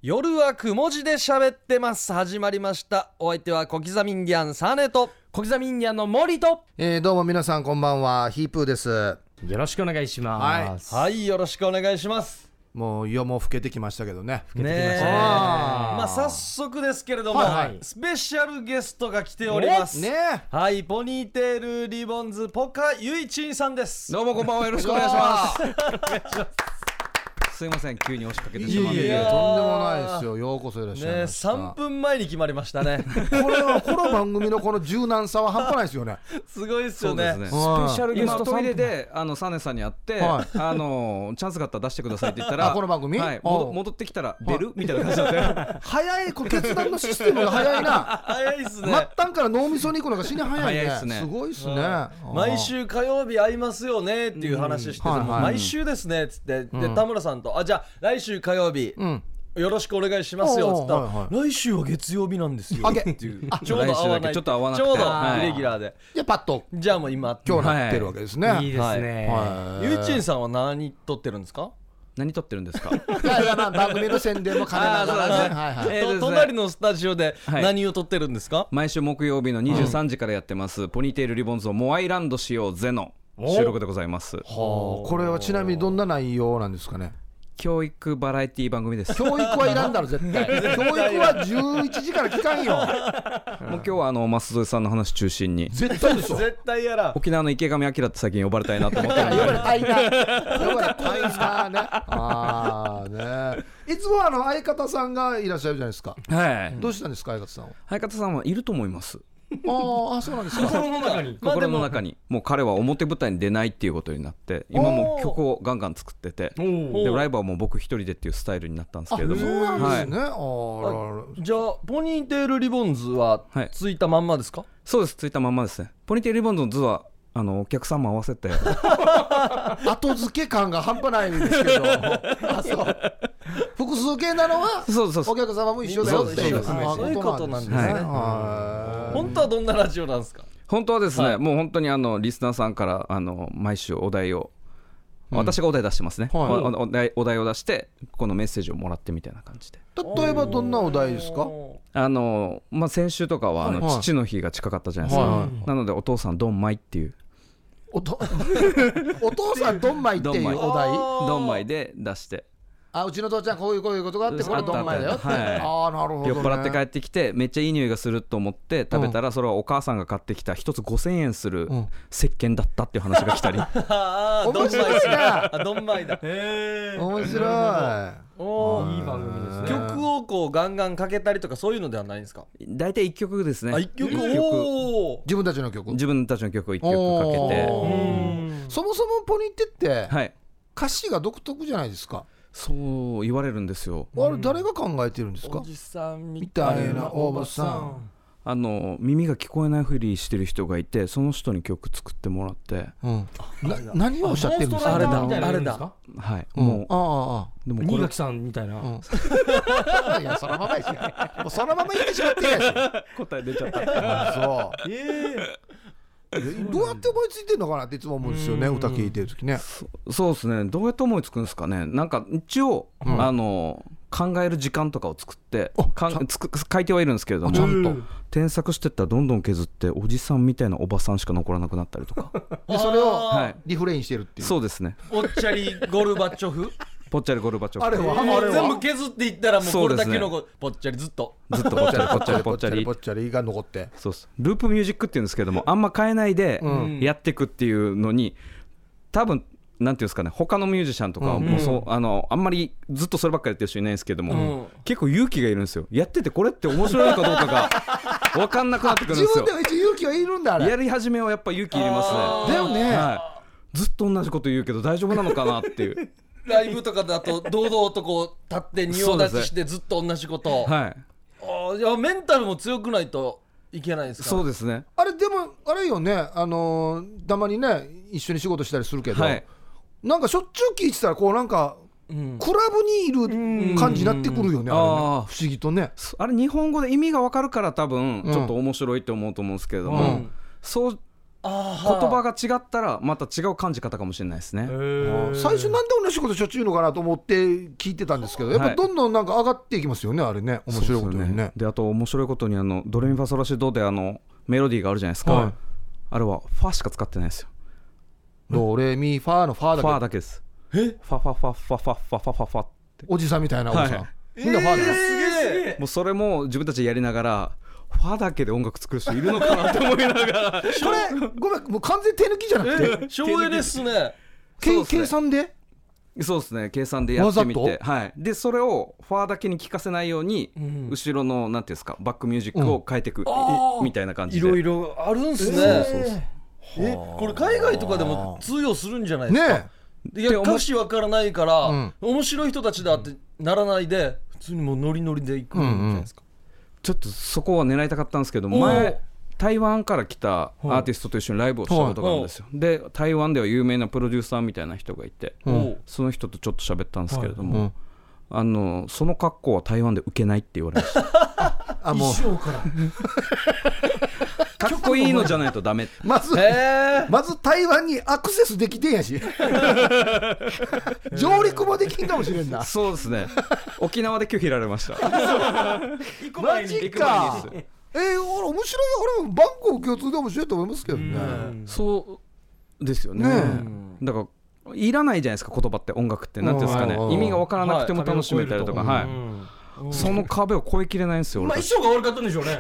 夜はくも字で喋ってます。始まりました。お相手は小刻みインディアンサネと小刻みインディアンの森と、 どうも皆さんこんばんは、ヒープーです。 よろしくお願いします。 はい、よろしくお願いします。 もう夜も更けてきましたけどね。 更けてきましたね。 まあ早速ですけれども、スペシャルゲストが来ておりますね。はい、ポニーテールリボンズポカユイチンさんです。 どうもこんばんは、よろしくお願いします。すいません、急に押しかけてしまって。 とんでもないですよ。ようこそいらっしゃいました。 3分前に決まりましたね。 この番組のこの柔軟さは半端ないですよね。 すごいですよね。 スペシャルゲストトイレでサネさんに会って、チャンスがあったら出してくださいって言ったら、 この番組、 戻ってきたら出るみたいな感じだった。 早い、決断のシステムが早いな。 早いですね。 末端から脳みそに行くのが死に早いね。 早いですね。 すごいですね。 毎週火曜日会いますよねっていう話してても、毎週ですねっつって、で田村さんとじゃあ来週火曜日、よろしくお願いしますよっつったら、来週は月曜日なんですよっていう、ちょうど合わない、ちょうどイレギュラーで、 じゃあパッとじゃあもう今日なってるわけですね。 いいですね。 ゆいちんさんは何撮ってるんですか？ 何撮ってるんですか？ いや番組の宣伝も兼ねながらね。 隣のスタジオで何を撮ってるんですか？ 毎週木曜日の23時からやってますポニーテールリボンズをモアイランドしようぜの収録でございます。 これはちなみにどんな内容なんですかね？ 教育バラエティ番組です。 教育はいらんだろ絶対。教育は11時から聞かんよ。 もう今日は舛添さんの話中心に。 絶対でしょ。 絶対やらん。 沖縄の池上彰って最近呼ばれたいなと思ってる。 呼ばれたいな。呼ばれたいなね。いつも相方さんがいらっしゃるじゃないですか。 はい。 どうしたんですか相方さんは？ 相方さんはいると思います。 そうなんですか。 心の中にもう彼は表舞台に出ないっていうことになって、今も曲をガンガン作ってて、でライブはもう僕一人でっていうスタイルになったんですけれども。 そうなんですね。 じゃあポニーテールリボンズはついたまんまですか？ そうです、ついたまんまですね。ポニーテールリボンズの図はお客さんも合わせて後付け感が半端ないんですけどそう複数形なのはお客様も一緒だよっていうそういうことなんですね。本当はどんなラジオなんですか？ 本当はですね、もう本当にリスナーさんから毎週お題を、私がお題出してますね。お題を出してこのメッセージをもらってみたいな感じで。 例えばどんなお題ですか？ 先週とかは父の日が近かったじゃないですか。なのでお父さんドンマイっていうお父さんドンマイっていうお題ドンマイで出して、 うちの父ちゃんこういうことがあってこれドンマイだよって。なるほどね。 酔っ払って帰ってきてめっちゃいい匂いがすると思って食べたら、それはお母さんが買ってきた1つ5000円する石鹸だったっていう話が来たり。 面白いですね。 ドンマイだ。 面白い。 いい番組ですね。 曲をこうガンガンかけたりとかそういうのではないんですか？ 大体1曲ですね。 1曲。 自分たちの曲を 1曲かけて。 そもそもポニーテって歌詞が独特じゃないですか。 そう言われるんですよ。 あれ誰が考えてるんですか？ おじさんみたいなおばさん。 耳が聞こえないふりしてる人がいて、その人に曲作ってもらって、 何をおっしゃってるんですか？ あれだ。 はい。もうでも新垣さんみたいな。 いやそのままですよ。もうそのまま言ってしまってやし。 答え出ちゃった。 そう。どうやって思いついてんのかなっていつも思うんですよね、歌聞いてる時ね。 そうですね。どうやって思いつくんですかね。なんか一応考える時間とかを作って書いてはいるんですけれども、 ちゃんと添削してったらどんどん削っておじさんみたいなおばさんしか残らなくなったりとか。 でそれをリフレインしてるっていう。 そうですね。 ぽっちゃりゴルバチョフぽっちゃりゴルバチョフ。 あれは全部削っていったらもうこれだけのぽっちゃりずっとぽっちゃりが残って。 そうです。ループミュージックっていうんですけども、あんま変えないでやっていくっていうのに、多分なんていうんですかね、他のミュージシャンとかもそう、あんまりずっとそればっかりやってる人いないんですけども、結構勇気がいるんですよ。やっててこれって面白いのかどうかが分かんなくなってくるんですよ。 自分では一応勇気はいるんだ。あれやり始めはやっぱ勇気いりますね。 だよね。 ずっと同じこと言うけど大丈夫なのかなっていうライブとかだと堂々とこう立って仁王立ちしてずっと同じことを、いやメンタルも強くないといけないですから。 そうですね。 あれでもあれよね、たまにね一緒に仕事したりするけど、なんかしょっちゅう聞いてたらこうなんかクラブにいる感じになってくるよね、あれね、不思議とね。 あれ日本語で意味が分かるから多分ちょっと面白いって思うと思うんですけれども、そう言葉が違ったらまた違う感じ方かもしれないですね。 最初なんで同じことしょっちゅうのかなと思って聞いてたんですけど、やっぱどんどんなんか上がっていきますよね、あれね。面白いことにね。 であと面白いことにドレミファソラシドでメロディーがあるじゃないですか、はい、あれはファしか使ってないですよ。 ドレミファのファだけ。 ファだけです。ファファファファファファファファファって、おじさんみたいなおじさん、みんなファだ。 すげえ。 もうそれも自分たちでやりながらファだけで音楽作る人いるのかなって思いながらこれごめん、もう完全手抜きじゃなくて省エネですね。 計算で。 そうですね、計算でやってみて、はい、でそれをファーだけに聞かせないように、後ろのなんていうんですか、バックミュージックを変えていく、みたいな感じでいろいろあるんすね。これ海外とかでも通用するんじゃないですか、ね、いや歌詞わからないから、面白い人たちだってならないで、普通にもうノリノリでいくんじゃないですか。 ちょっとそこは狙いたかったんですけど、前台湾から来たアーティストと一緒にライブをしたことがあるんですよ。で台湾では有名なプロデューサーみたいな人がいて、その人とちょっと喋ったんですけれども、その格好は台湾で受けないって言われました衣装からかっこいいのじゃないとダメまず台湾にアクセスできてんやし上陸もできんかもしれんな。 そうですね、沖縄で拒否られましたマジか。面白いよ。あれバンコク共通で面白いと思いますけどね。 そうですよね。だからいらないじゃないですか、言葉って音楽って。なんていうんですかね、意味が分からなくても楽しめたりとか、その壁を越えきれないんですよ。 衣装が悪かったんでしょうね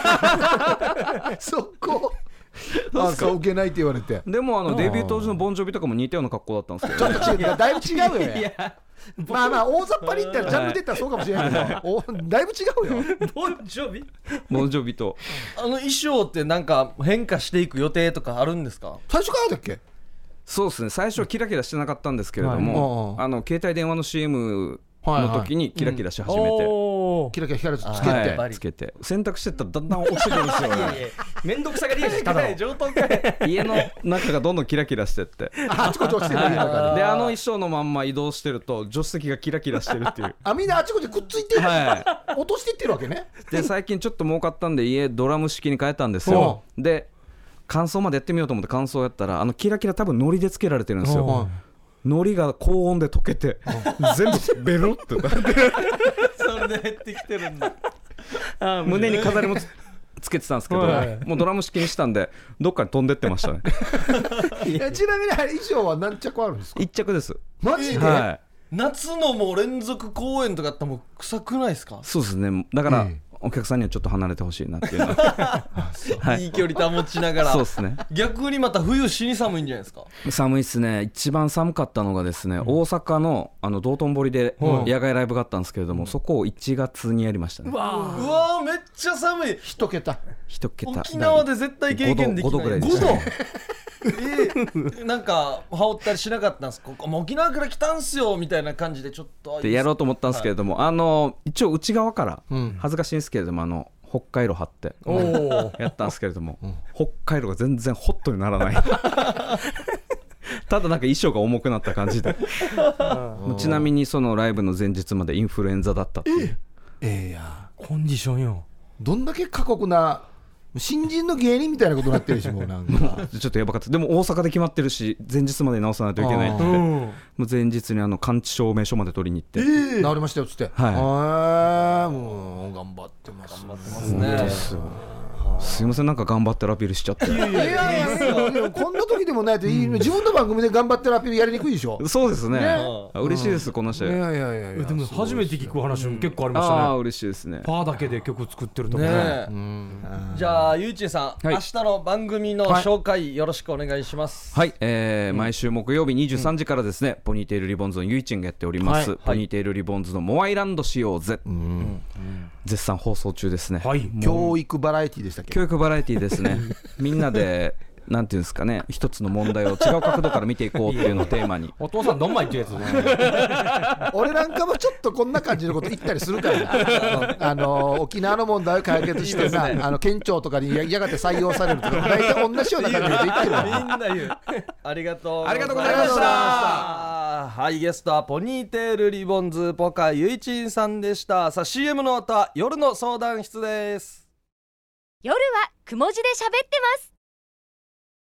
そこそう受けないって言われて。 でもデビュー当時のボンジョビとかも似たような格好だったんですけど、 ちょっと違う、だいぶ違うよねまあ大雑把に言ったらジャンルで言ったらそうかもしれないけど、だいぶ違うよボンジョビと衣装ってなんか変化していく予定とかあるんですか？ 最初からだっけ？ そうですね、最初はキラキラしてなかったんですけれども、携帯電話の CM の時にキラキラし始めて、 キラキラ光るつつけて選択してったらだんだん落ちてくるんですよねめんどくさがりやし、ただ上等かい家の中がどんどんキラキラしてってあちこち落ちてる家の中で、 で衣装のまんま移動してると助手席がキラキラしてるっていうみんなあちこちくっついてる、落としていってるわけね。 で最近ちょっと儲かったんで家ドラム式に変えたんですよ。で乾燥までやってみようと思って乾燥やったらキラキラ多分ノリでつけられてるんですよ。ノリが高温で溶けて全部ベロッとそれで減ってきてるんだ胸に飾りもつけてたんですけど、もうドラム式にしたんでどっかに飛んでってましたねちなみに衣装は何着あるんですか？ 1着です。 マジで？ 夏のもう連続公演とかあったらもう臭くないですか？ そうですね、だから、お客さんにはちょっと離れてほしいなっていうのは、 いい距離保ちながら。 そうですね。 逆にまた冬死に寒いんじゃないですか？ 寒いっすね。一番寒かったのがですね、大阪の道頓堀で野外ライブがあったんですけれども、そこを1月にやりましたね。 うわめっちゃ寒い。 一桁沖縄で絶対経験できない。 5度ぐらいでしたね。 なんか羽織ったりしなかったんですか？もう沖縄から来たんすよみたいな感じでちょっとでやろうと思ったんですけれども、一応内側から恥ずかしいんですけれども北海道貼ってやったんですけれども、北海道が全然ホットにならないただなんか衣装が重くなった感じでちなみにそのライブの前日までインフルエンザだったっていう。 コンディションよ。 どんだけ過酷な新人の芸人みたいなことになってるし、もうなんかちょっとやばかった。でも大阪で決まってるし前日まで直さないといけないって言って、もう前日に完治証明書まで取りに行って、 治りましたよっつって、もう頑張ってますね。 すいません、なんか頑張ってるアピールしちゃって。 いやこんな時でもないといい、自分の番組で頑張ってるアピールやりにくいでしょ。 そうですね、嬉しいです。この人。 でも初めて聞く話も結構ありましたね。 嬉しいですね。 パーだけで曲作ってるとかね。 じゃあゆうちんさん、明日の番組の紹介よろしくお願いします。 はい、毎週木曜日23時からですね、ポニーテールリボンズのゆいちんがやっております、ポニーテールリボンズのモアイランドしようぜ、絶賛放送中ですね。 教育バラエティでしたっけ？ 教育バラエティですねみんなでなんていうんですかね、一つの問題を違う角度から見ていこうっていうのをテーマにお父さんどんまいっていうやつ俺なんかもちょっとこんな感じのこと言ったりするから沖縄の問題を解決してな県庁とかにやがて採用されるとか大体同じような感じで言ってるわ。 みんな言う。ありがとうございました。はい、ゲストはポニーテールリボンズポカゆいちんさんでした。さあ CM の後は夜の相談室です。 夜はくも字で喋ってます。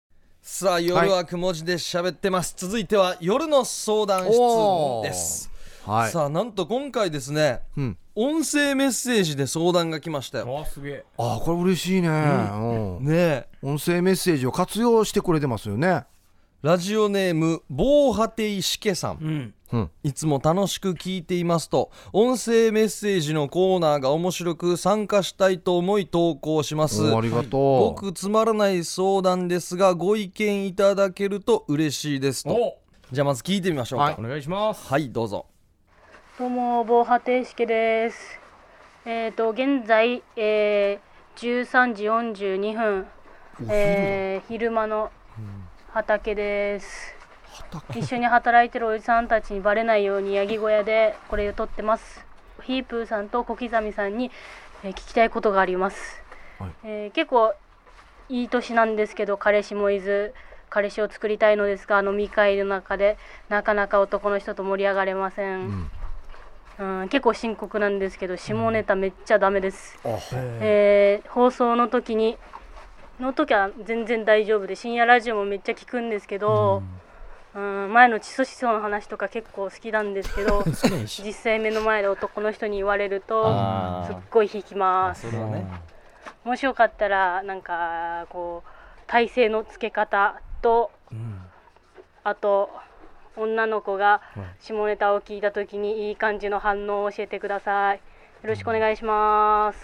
さあ夜はくも字で喋ってます、続いては夜の相談室です。さあなんと今回ですね、音声メッセージで相談が来ましたよ。 すげえ。 これ嬉しいね。 ね、 音声メッセージを活用してくれてますよね。 ラジオネーム防波堤しけさん、いつも楽しく聞いていますと、音声メッセージのコーナーが面白く参加したいと思い投稿します。 ありがとう。 ごくつまらない相談ですがご意見いただけると嬉しいですと。じゃあまず聞いてみましょうか。 お願いします。 はい、どうぞ。 どうも防波堤しけです。現在、13時42分、昼間の畑です。一緒に働いてるおじさんたちにバレないようにヤギ小屋でこれを撮ってます。ヒープーさんと小刻みさんに、聞きたいことがあります。結構いい年なんですけど彼氏もいず彼氏を作りたいのですが、飲み会の中でなかなか男の人と盛り上がれません。結構深刻なんですけど下ネタめっちゃダメです。放送の時は全然大丈夫で、深夜ラジオもめっちゃ聞くんですけど、前のチソチソの話とか結構好きなんですけど実際目の前で男の人に言われるとすっごい引きます。もしよかったらなんかこう体勢のつけ方と、あと女の子が下ネタを聞いた時にいい感じの反応を教えてください。よろしくお願いします。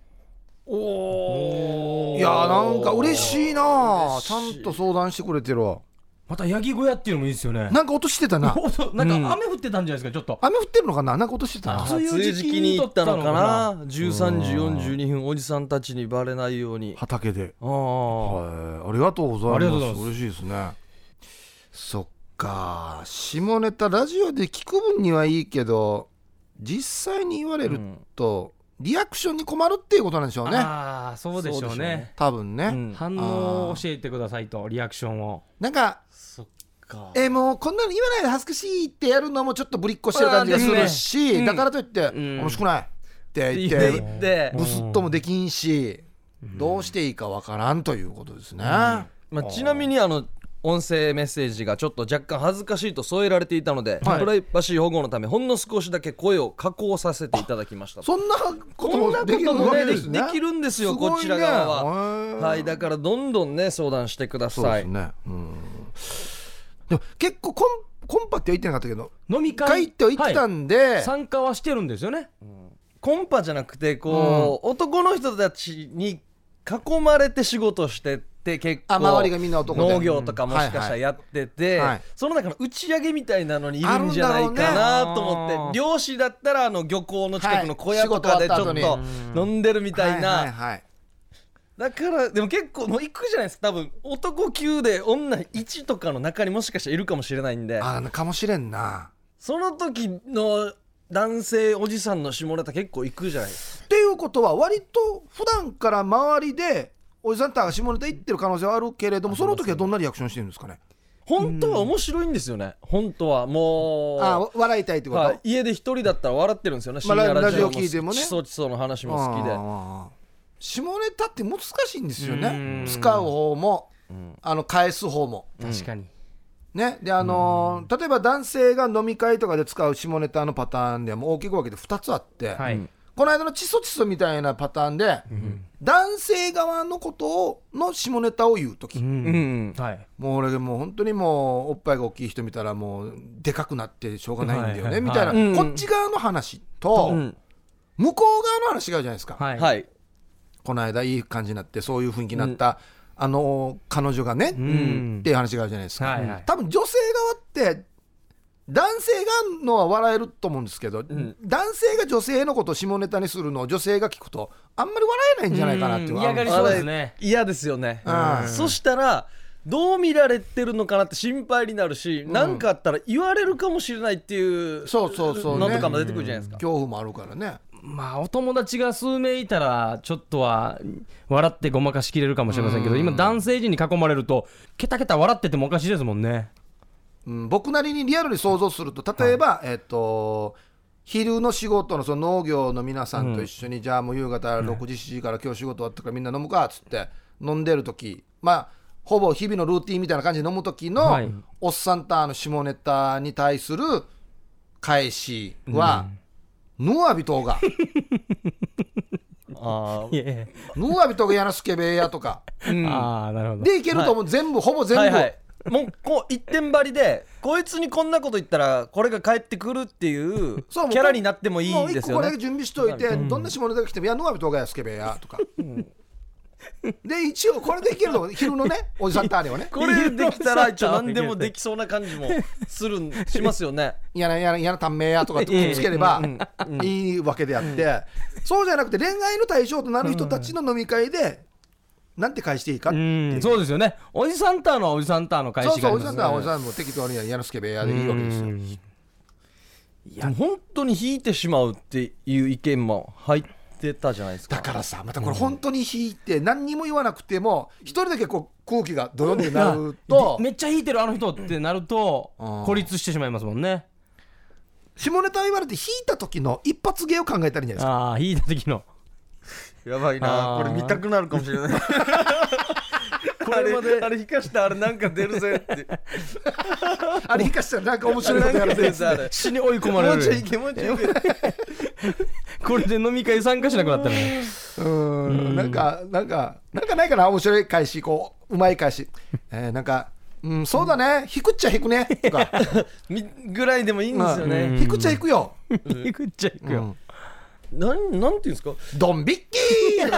いやなんか嬉しいな。ちゃんと相談してくれてるわ。 またヤギ小屋っていうのもいいですよね。 なんか音してたな。 なんか雨降ってたんじゃないですか。ちょっと雨降ってるのかな。なんか音してたな。 梅雨時期に行ったのかな。13時42分おじさんたちにバレないように畑で。ありがとうございます。嬉しいですね。そっか、下ネタラジオで聞く分にはいいけど実際に言われると、リアクションに困るっていうことなんでしょうね。 そうでしょうね。 多分ね、 反応を教えてくださいと、リアクションを。 なんかもうこんなの言わないで恥ずかしいってやるのもちょっとぶりっこしてる感じがするし、だからといって楽しくないって言ってブスッともできんし、どうしていいかわからんということですね。 ちなみに音声メッセージがちょっと若干恥ずかしいと添えられていたので、プライバシー保護のためほんの少しだけ声を加工させていただきました。 そんなこともできるわけですね。 できるんですよ、こちら側は。はい、だからどんどんね相談してください。 そうですね。でも結構コンパっては言ってなかったけど飲み会っては言ってたんで、 参加はしてるんですよね。 コンパじゃなくてこう、男の人たちに囲まれて仕事してって結構周りがみんな男で農業とかもしかしたらやってて、その中の打ち上げみたいなのにいるんじゃないかなと思って、漁師だったら漁港の近くの小屋とかでちょっと飲んでるみたいな。だからでも結構もう行くじゃないですか。多分男9で女1とかの中にもしかしたらいるかもしれないんで、 かもしれんな。 その時の男性おじさんの下ネタ結構行くじゃないですか。 っていうことは割と普段から周りでおじさんたちが下ネタ言ってる可能性はあるけれども、その時はどんなリアクションしてるんですかね。 本当は面白いんですよね。本当はもう笑いたいってこと、 家で一人だったら笑ってるんですよね。深夜ラジオ聞いてもね、チソチソの話も好きで。 下ネタって難しいんですよね。使う方も、返す方も。 確かにね。で例えば男性が飲み会とかで使う下ネタのパターンでも大きく分けて2つあって、この間のチソチソみたいなパターンで、男性側のことの下ネタを言うとき、もう俺もう本当にもうおっぱいが大きい人見たらもうでかくなってしょうがないんだよねみたいな、こっち側の話と、向こう側の話があるじゃないですか。この間いい感じになってそういう雰囲気になった、彼女がね、っていう話があるじゃないですか。多分女性側って男性がのは笑えると思うんですけど、男性が女性のことを下ネタにするのを女性が聞くとあんまり笑えないんじゃないかなっていう。 嫌がりそうですね。 嫌ですよね。そしたらどう見られてるのかなって心配になるし、何かあったら言われるかもしれないっていうのとかも出てくるじゃないですか。 恐怖もあるからね。 お友達が数名いたらちょっとは笑ってごまかしきれるかもしれませんけど、今男性陣に囲まれるとケタケタ笑っててもおかしいですもんね。 僕なりにリアルに想像すると、例えば、昼の仕事のその農業の皆さんと一緒に、じゃあもう夕方6時7時から今日仕事終わったからみんな飲むかっつって飲んでる時、 ほぼ日々のルーティンみたいな感じで飲む時の、 はいおっさんたの下ネタに対する返しは、ヌーアビトがいやいやヌーアビトがやなスケベやとかああなるほど。 でいけると思う、全部ほぼ全部、 はいはい、もうこう一点張りでこいつにこんなこと言ったらこれが返ってくるっていうキそうャラになってもいいもう一個これだですよね。 け準備しといて、どんな下ネタが来ても、いやヌーアビトがやスケベやとか、で一応これでいけると思う、昼のねおじさんたにはね、 これできたら一応何でもできそうな感じもしますよね。 嫌な短命やとかってつければいいわけであって、そうじゃなくて恋愛の対象となる人たちの飲み会でなんて返していいかっていう、 そうですよね。おじさんターのはおじさんターの返しそうそう、おじさんがありますね。 とはおじさんも適当にやなスケベやでいいわけですよ。 いや本当に引いてしまうっていう意見も入ってたじゃないですか。 だからさ、またこれ本当に引いて何にも言わなくても一人だけこう空気がドヨンってなると、 めっちゃ引いてるあの人ってなると孤立してしまいますもんね。 下ネタを言われて引いた時の一発芸を考えたらいいんじゃないですか。 ああ引いた時のやばいな、これ見たくなるかもしれない。あれ引かしたらあれなんか出るぜってあれ引かしたらなんか面白いことやるぜってあれ死に追い込まれる。 気持ちいい気持ちいい。 これで飲み会参加しなくなったらね。 なんかないかな、面白い返し、こううまい返し、なんかそうだね、引くっちゃ引くねとかぐらいでもいいんですよね。 引くっちゃ引くよ、 いくっちゃいくよ。 なんていうんですか。 ドンビッキー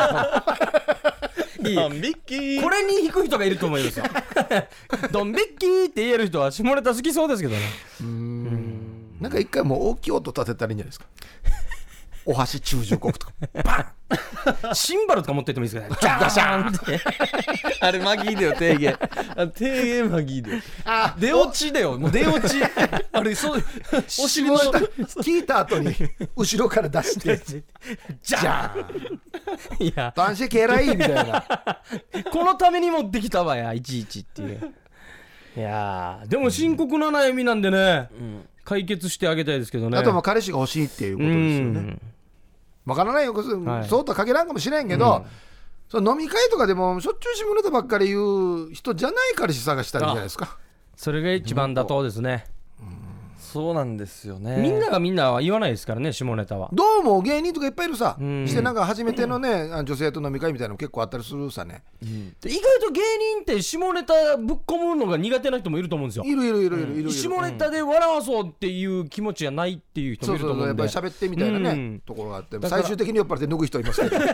ドンビッキー。 これに引く人がいると思いますよ。ドンビッキーって言える人は下ネタ好きそうですけどね。 なんか一回もう大きい音立てたらいいんじゃないですか。お箸中重国とかバンシンバルとか持ってってもいいですけどね。ジャーンって。 あれマギーだよ低減。低減マギーだよ。出落ちだよ、もう出落ち。あれそうお尻の聞いた後に後ろから出してじゃーん、 いや男子ケライみたいな。 このために持ってきたわやいちいちっていう。いやでも深刻な悩みなんでね、解決してあげたいですけどね。 あとはもう彼氏が欲しいっていうことですよね。わからないよ、そうとは限らんかもしれんけど、その飲み会とかでもしょっちゅう下ネタばっかり言う人じゃない彼氏探したらいいんじゃないですか。 それが一番妥当ですね。 そうなんですよね。 みんなは言わないですからね下ネタは。 どうも芸人とかいっぱいいるさ、してなんか初めてのね女性と飲み会みたいなの結構あったりするさね、 で意外と芸人って下ネタぶっ込むのが苦手な人もいると思うんですよ。 いる下ネタで笑わそうっていう気持ちがないっていう人もいると思うんで、 やっぱり喋ってみたいなね、ところがあって最終的に酔っ払って脱ぐ人いますけど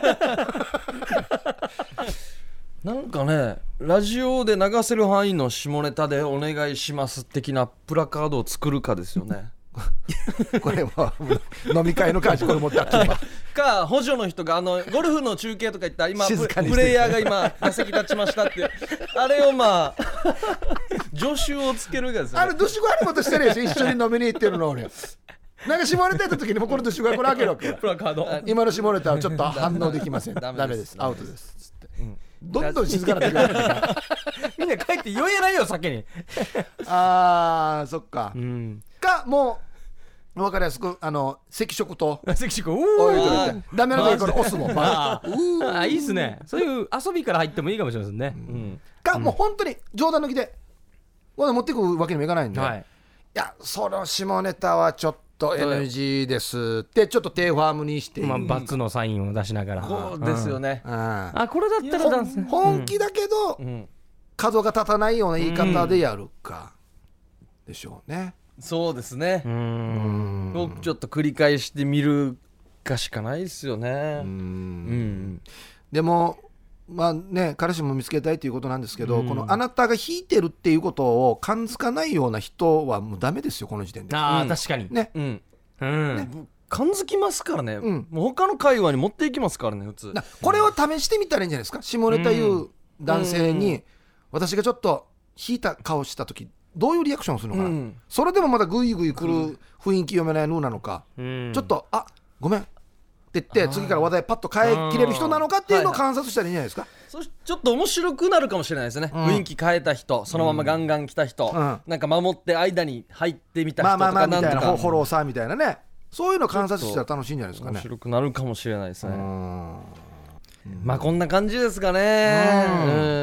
なんかねラジオで流せる範囲の下ネタでお願いします的なプラカードを作るかですよね。 これは飲み会の感じこれ持ってあってか補助の人がゴルフの中継とか言ったら今静かにプレイヤーが今打席立ちましたってあれをまあ助手をつけるがですよね。 あれドシゴあることしてるでしょ、一緒に飲みに行ってるの俺なんか下ネタやった時にもこのドシゴこれ開けるわけプラカード今の下ネタはちょっと反応できませんダメですダメですアウトですつって、どんどん静かなってくるみんな帰って酔えないよ酒に。 あーそっか、 うんかもう分かりやすく赤色とセクシー置いといてダメな時これ押すもんバーいいっすね。そういう遊びから入ってもいいかもしれませんね。 かもう本当に冗談抜きで持っていくわけにもいかないんで、 はいいやその下ネタはちょっと NG ですってちょっとテーファームにしていい、 ×のサインを出しながら。 こうですよね。 あこれだったらダンス。 本気だけど、角が立たないような言い方でやるか、でしょうね。 そうですね。をちょっと繰り返してみるかしかないですよね。 でもまあね彼氏も見つけたいということなんですけど、このあなたが引いてるっていうことを感づかないような人はもうダメですよこの時点で。 確かにね、 感づきますからね、もう他の会話に持っていきますからね普通。 これを試してみたらいいんじゃないですか。下ネタ言う男性に、私がちょっと引いた顔した時どういうリアクションをするのかな、それでもまだグイグイ来る雰囲気読めないのなのか、ちょっとごめんって言って次から話題パッと変えきれる人なのかっていうのを観察したらいいんじゃないですか。 ちょっと面白くなるかもしれないですね、雰囲気変えた人そのままガンガン来た人、なんか守って間に入ってみた人とかみたいなフォローさんみたいなね、そういうの観察したら楽しいんじゃないですかね。 面白くなるかもしれないですね。まあこんな感じですかね。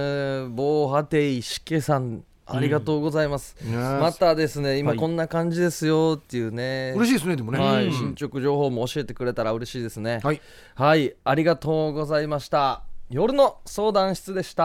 防波堤石家さんありがとうございます、またですね今こんな感じですよっていうね、 嬉しいですねでもね、 はい、進捗情報も教えてくれたら嬉しいですね。 はい、 はい、ありがとうございました。夜の相談室でした。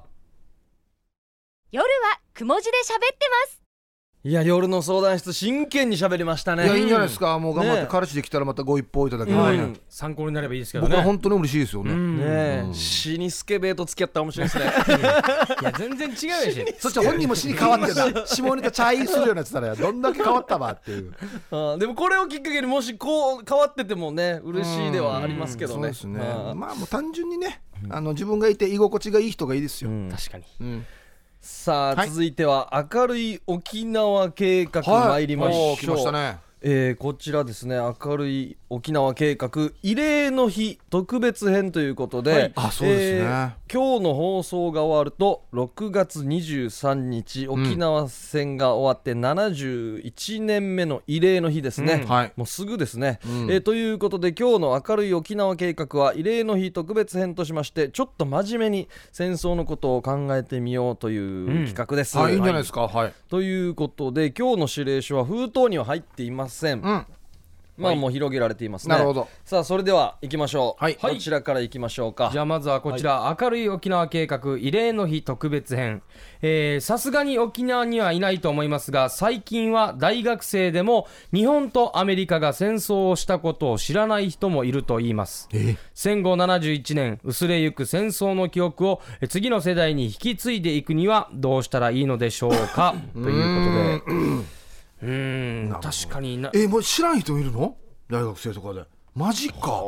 夜はくも字で喋ってます。 いや夜の相談室真剣に喋りましたね。 いやいいんじゃないですか。もう頑張って、彼氏できたらまたご一報いただければ、 参考になればいいですけどね。 僕は本当に嬉しいですよね。 死にスケベと付き合ったら面白いですね。 いや全然違うしそして本人も死に変わってた下ネタチャイするようなやつたらどんだけ変わったわっていうでもこれをきっかけにもしこう変わっててもね嬉しいではありますけどね。 そうですね。まあもう単純にね自分がいて居心地がいい人がいいですよ。 確かに。 さあ、続いては明るい沖縄計画参りましょう。 来ましたね。 こちらですね、明るい沖縄計画慰霊の日特別編ということで、 そうですね。 今日の放送が終わると6月23日沖縄戦が終わって71年目の慰霊の日ですね、もうすぐですね、ということで今日の明るい沖縄計画は慰霊の日特別編としましてちょっと真面目に戦争のことを考えてみようという企画です、 いいんじゃないですか。 ということで今日の指令書は封筒には入っていません、まあもう広げられていますね。 なるほど。 さあそれでは行きましょう。どちらから行きましょうか。 じゃあまずはこちら、明るい沖縄計画慰霊の日特別編。さすがに沖縄にはいないと思いますが、最近は大学生でも日本とアメリカが戦争をしたことを知らない人もいると言います。戦後71年薄れゆく戦争の記憶を次の世代に引き継いでいくにはどうしたらいいのでしょうかということで、確かにもう知らん人いるの？大学生とかで。マジか。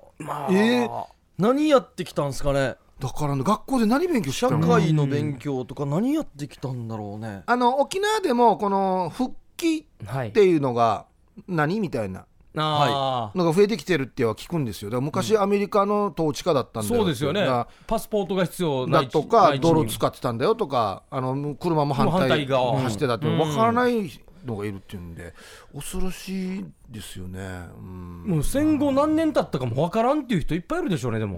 何やってきたんですかね。 だから学校で何勉強したの？ 社会の勉強とか何やってきたんだろうね。 沖縄でもこの復帰っていうのが何みたいなのが増えてきてるっては聞くんですよ。だから昔アメリカの統治下だったんだよ、 そうですよね。パスポートが必要だとかドル使ってたんだよとか車も反対側走ってたって分からないのがいるっていうんで恐ろしいですよね。 もう戦後何年経ったかも分からんっていう人いっぱいいるでしょうね。でも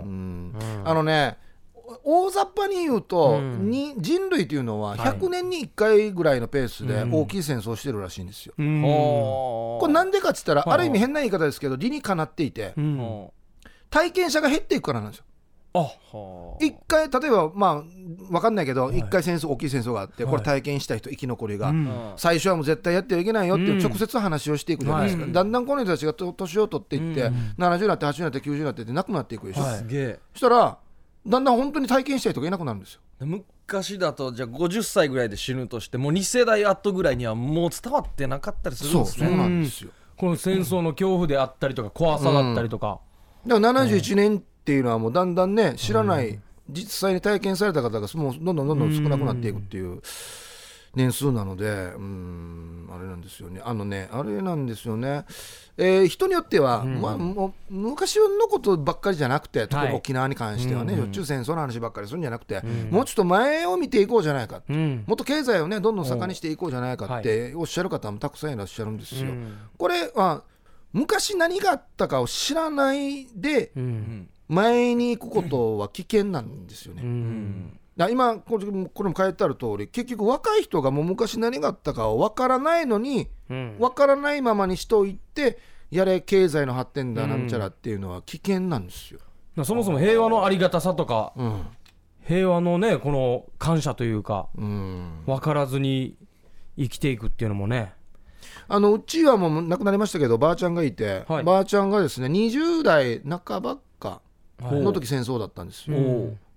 大雑把に言うと、人類というのは100年に1回ぐらいのペースで大きい戦争をしてるらしいんですよ。これなんでかって言ったらある意味変な言い方ですけど理にかなっていて、体験者が減っていくからなんですよ。一回例えば分かんないけど一回大きい戦争があってこれ体験した人生き残りが最初はもう絶対やってはいけないよっていう直接話をしていくじゃないですか。だんだんこの人たちが年を取っていって70になって80になって90になってってなくなっていくでしょ。そしたらだんだん本当に体験したい人がいなくなるんですよ。 昔だとじゃあ50歳ぐらいで死ぬとしてもう2世代後ぐらいにはもう伝わってなかったりするんですね。 そうなんですよ。 この戦争の恐怖であったりとか怖さだったりとか、 だから71年っていうのはもうだんだんね知らない実際に体験された方がもうどんどん少なくなっていくっていう年数なので、あれなんですよね。あれなんですよね。人によっては、もう昔のことばっかりじゃなくて、特に沖縄に関してはね、しょっちゅう戦争の話ばっかりするんじゃなくて、もうちょっと前を見ていこうじゃないか、もっと経済をねどんどん盛んにしていこうじゃないかっておっしゃる方もたくさんいらっしゃるんですよ。これは昔何があったかを知らないで、前に行くことは危険なんですよね。今これも書いてある通り結局若い人がもう昔何があったかを分からないのに、分からないままにしといてやれ経済の発展だなんちゃらっていうのは危険なんですよ。 そもそも平和のありがたさとか、平和のねこの感謝というか、分からずに生きていくっていうのもね。 うちはもう亡くなりましたけどばあちゃんがいて、ばあちゃんがですね20代半ばかの時戦争だったんですよ。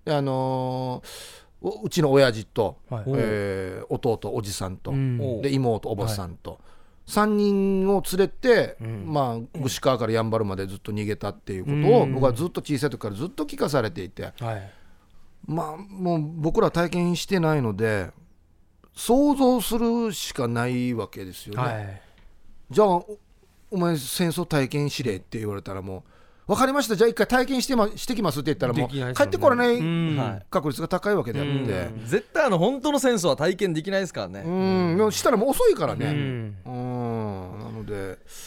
うちの親父と、弟おじさんと、で妹おばさんと、3人を連れて、串川からやんばるまでずっと逃げたっていうことを、僕はずっと小さい時からずっと聞かされていて、もう僕ら体験してないので想像するしかないわけですよね。じゃあお前戦争体験しれって言われたらもう分かりましたじゃあ一回体験してきますって言ったらもう帰ってこらない確率が高いわけであって、 絶対本当の戦争は体験できないですからね。 したらもう遅いからね。なので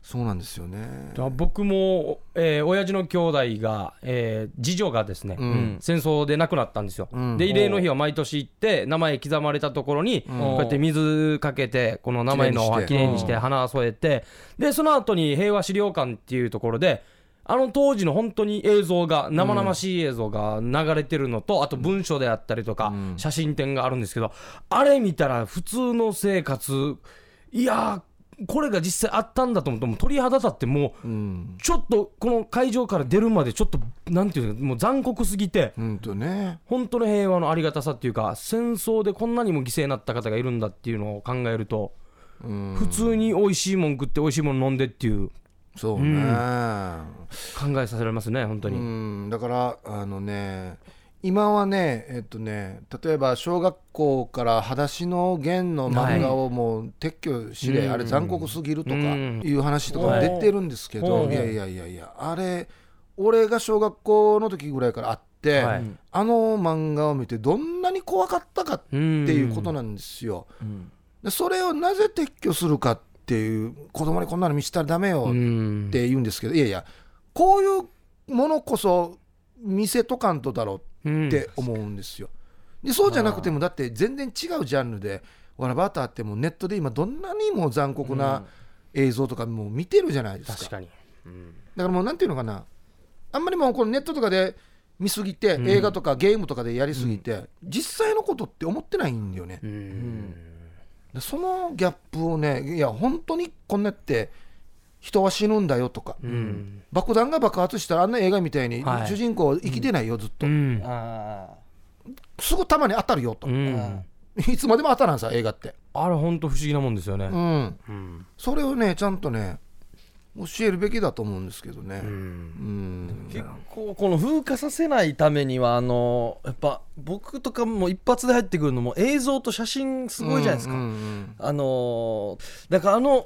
そうなんですよね。 僕も、親父の兄弟が、次女がですね、戦争で亡くなったんですよ、で慰霊の日は毎年行って名前刻まれたところに、こうやって水かけてこの名前のきれいにして花を添えて、でその後に平和資料館っていうところで当時の本当に映像が生々しい映像が流れてるのと、あと文書であったりとか、写真展があるんですけど、あれ見たら普通の生活、いやこれが実際あったんだと思うと、もう鳥肌立ってもう、ちょっとこの会場から出るまでちょっとなんていうの、もう残酷すぎて、本当の平和のありがたさっていうか、戦争でこんなにも犠牲になった方がいるんだっていうのを考えると、普通に美味しいもん食って美味しいもん飲んでっていう、 そうね、 考えさせられますね本当に。 だから今はね、例えば小学校から裸足のゲンの漫画をもう撤去しれ、あれ残酷すぎるとかいう話とか出てるんですけど、いやあれ俺が小学校の時ぐらいからあって、あの漫画を見てどんなに怖かったかっていうことなんですよ。でそれをなぜ撤去するかっていう、子供にこんなの見せたらダメよって言うんですけど、いやこういうものこそ見せとかんとだろうって思うんですよ。でそうじゃなくても、だって全然違うジャンルでわらばたってもネットで今どんなにも残酷な映像とかもう見てるじゃないですか。 確かに、 だからもうなんていうのかな、あんまりもうこのネットとかで見すぎて、映画とかゲームとかでやりすぎて、実際のことって思ってないんだよね。でそのギャップをね、いや本当にこんなって人は死ぬんだよとか、爆弾が爆発したらあんな映画みたいに主人公生きてないよ、ずっと、すぐ弾に当たるよと、いつまでも当たらんさ映画って。 あれ本当不思議なもんですよね、 それをねちゃんとね教えるべきだと思うんですけどね。 結構この風化させないためにはやっぱ僕とかも一発で入ってくるのも映像と写真すごいじゃないですか。だから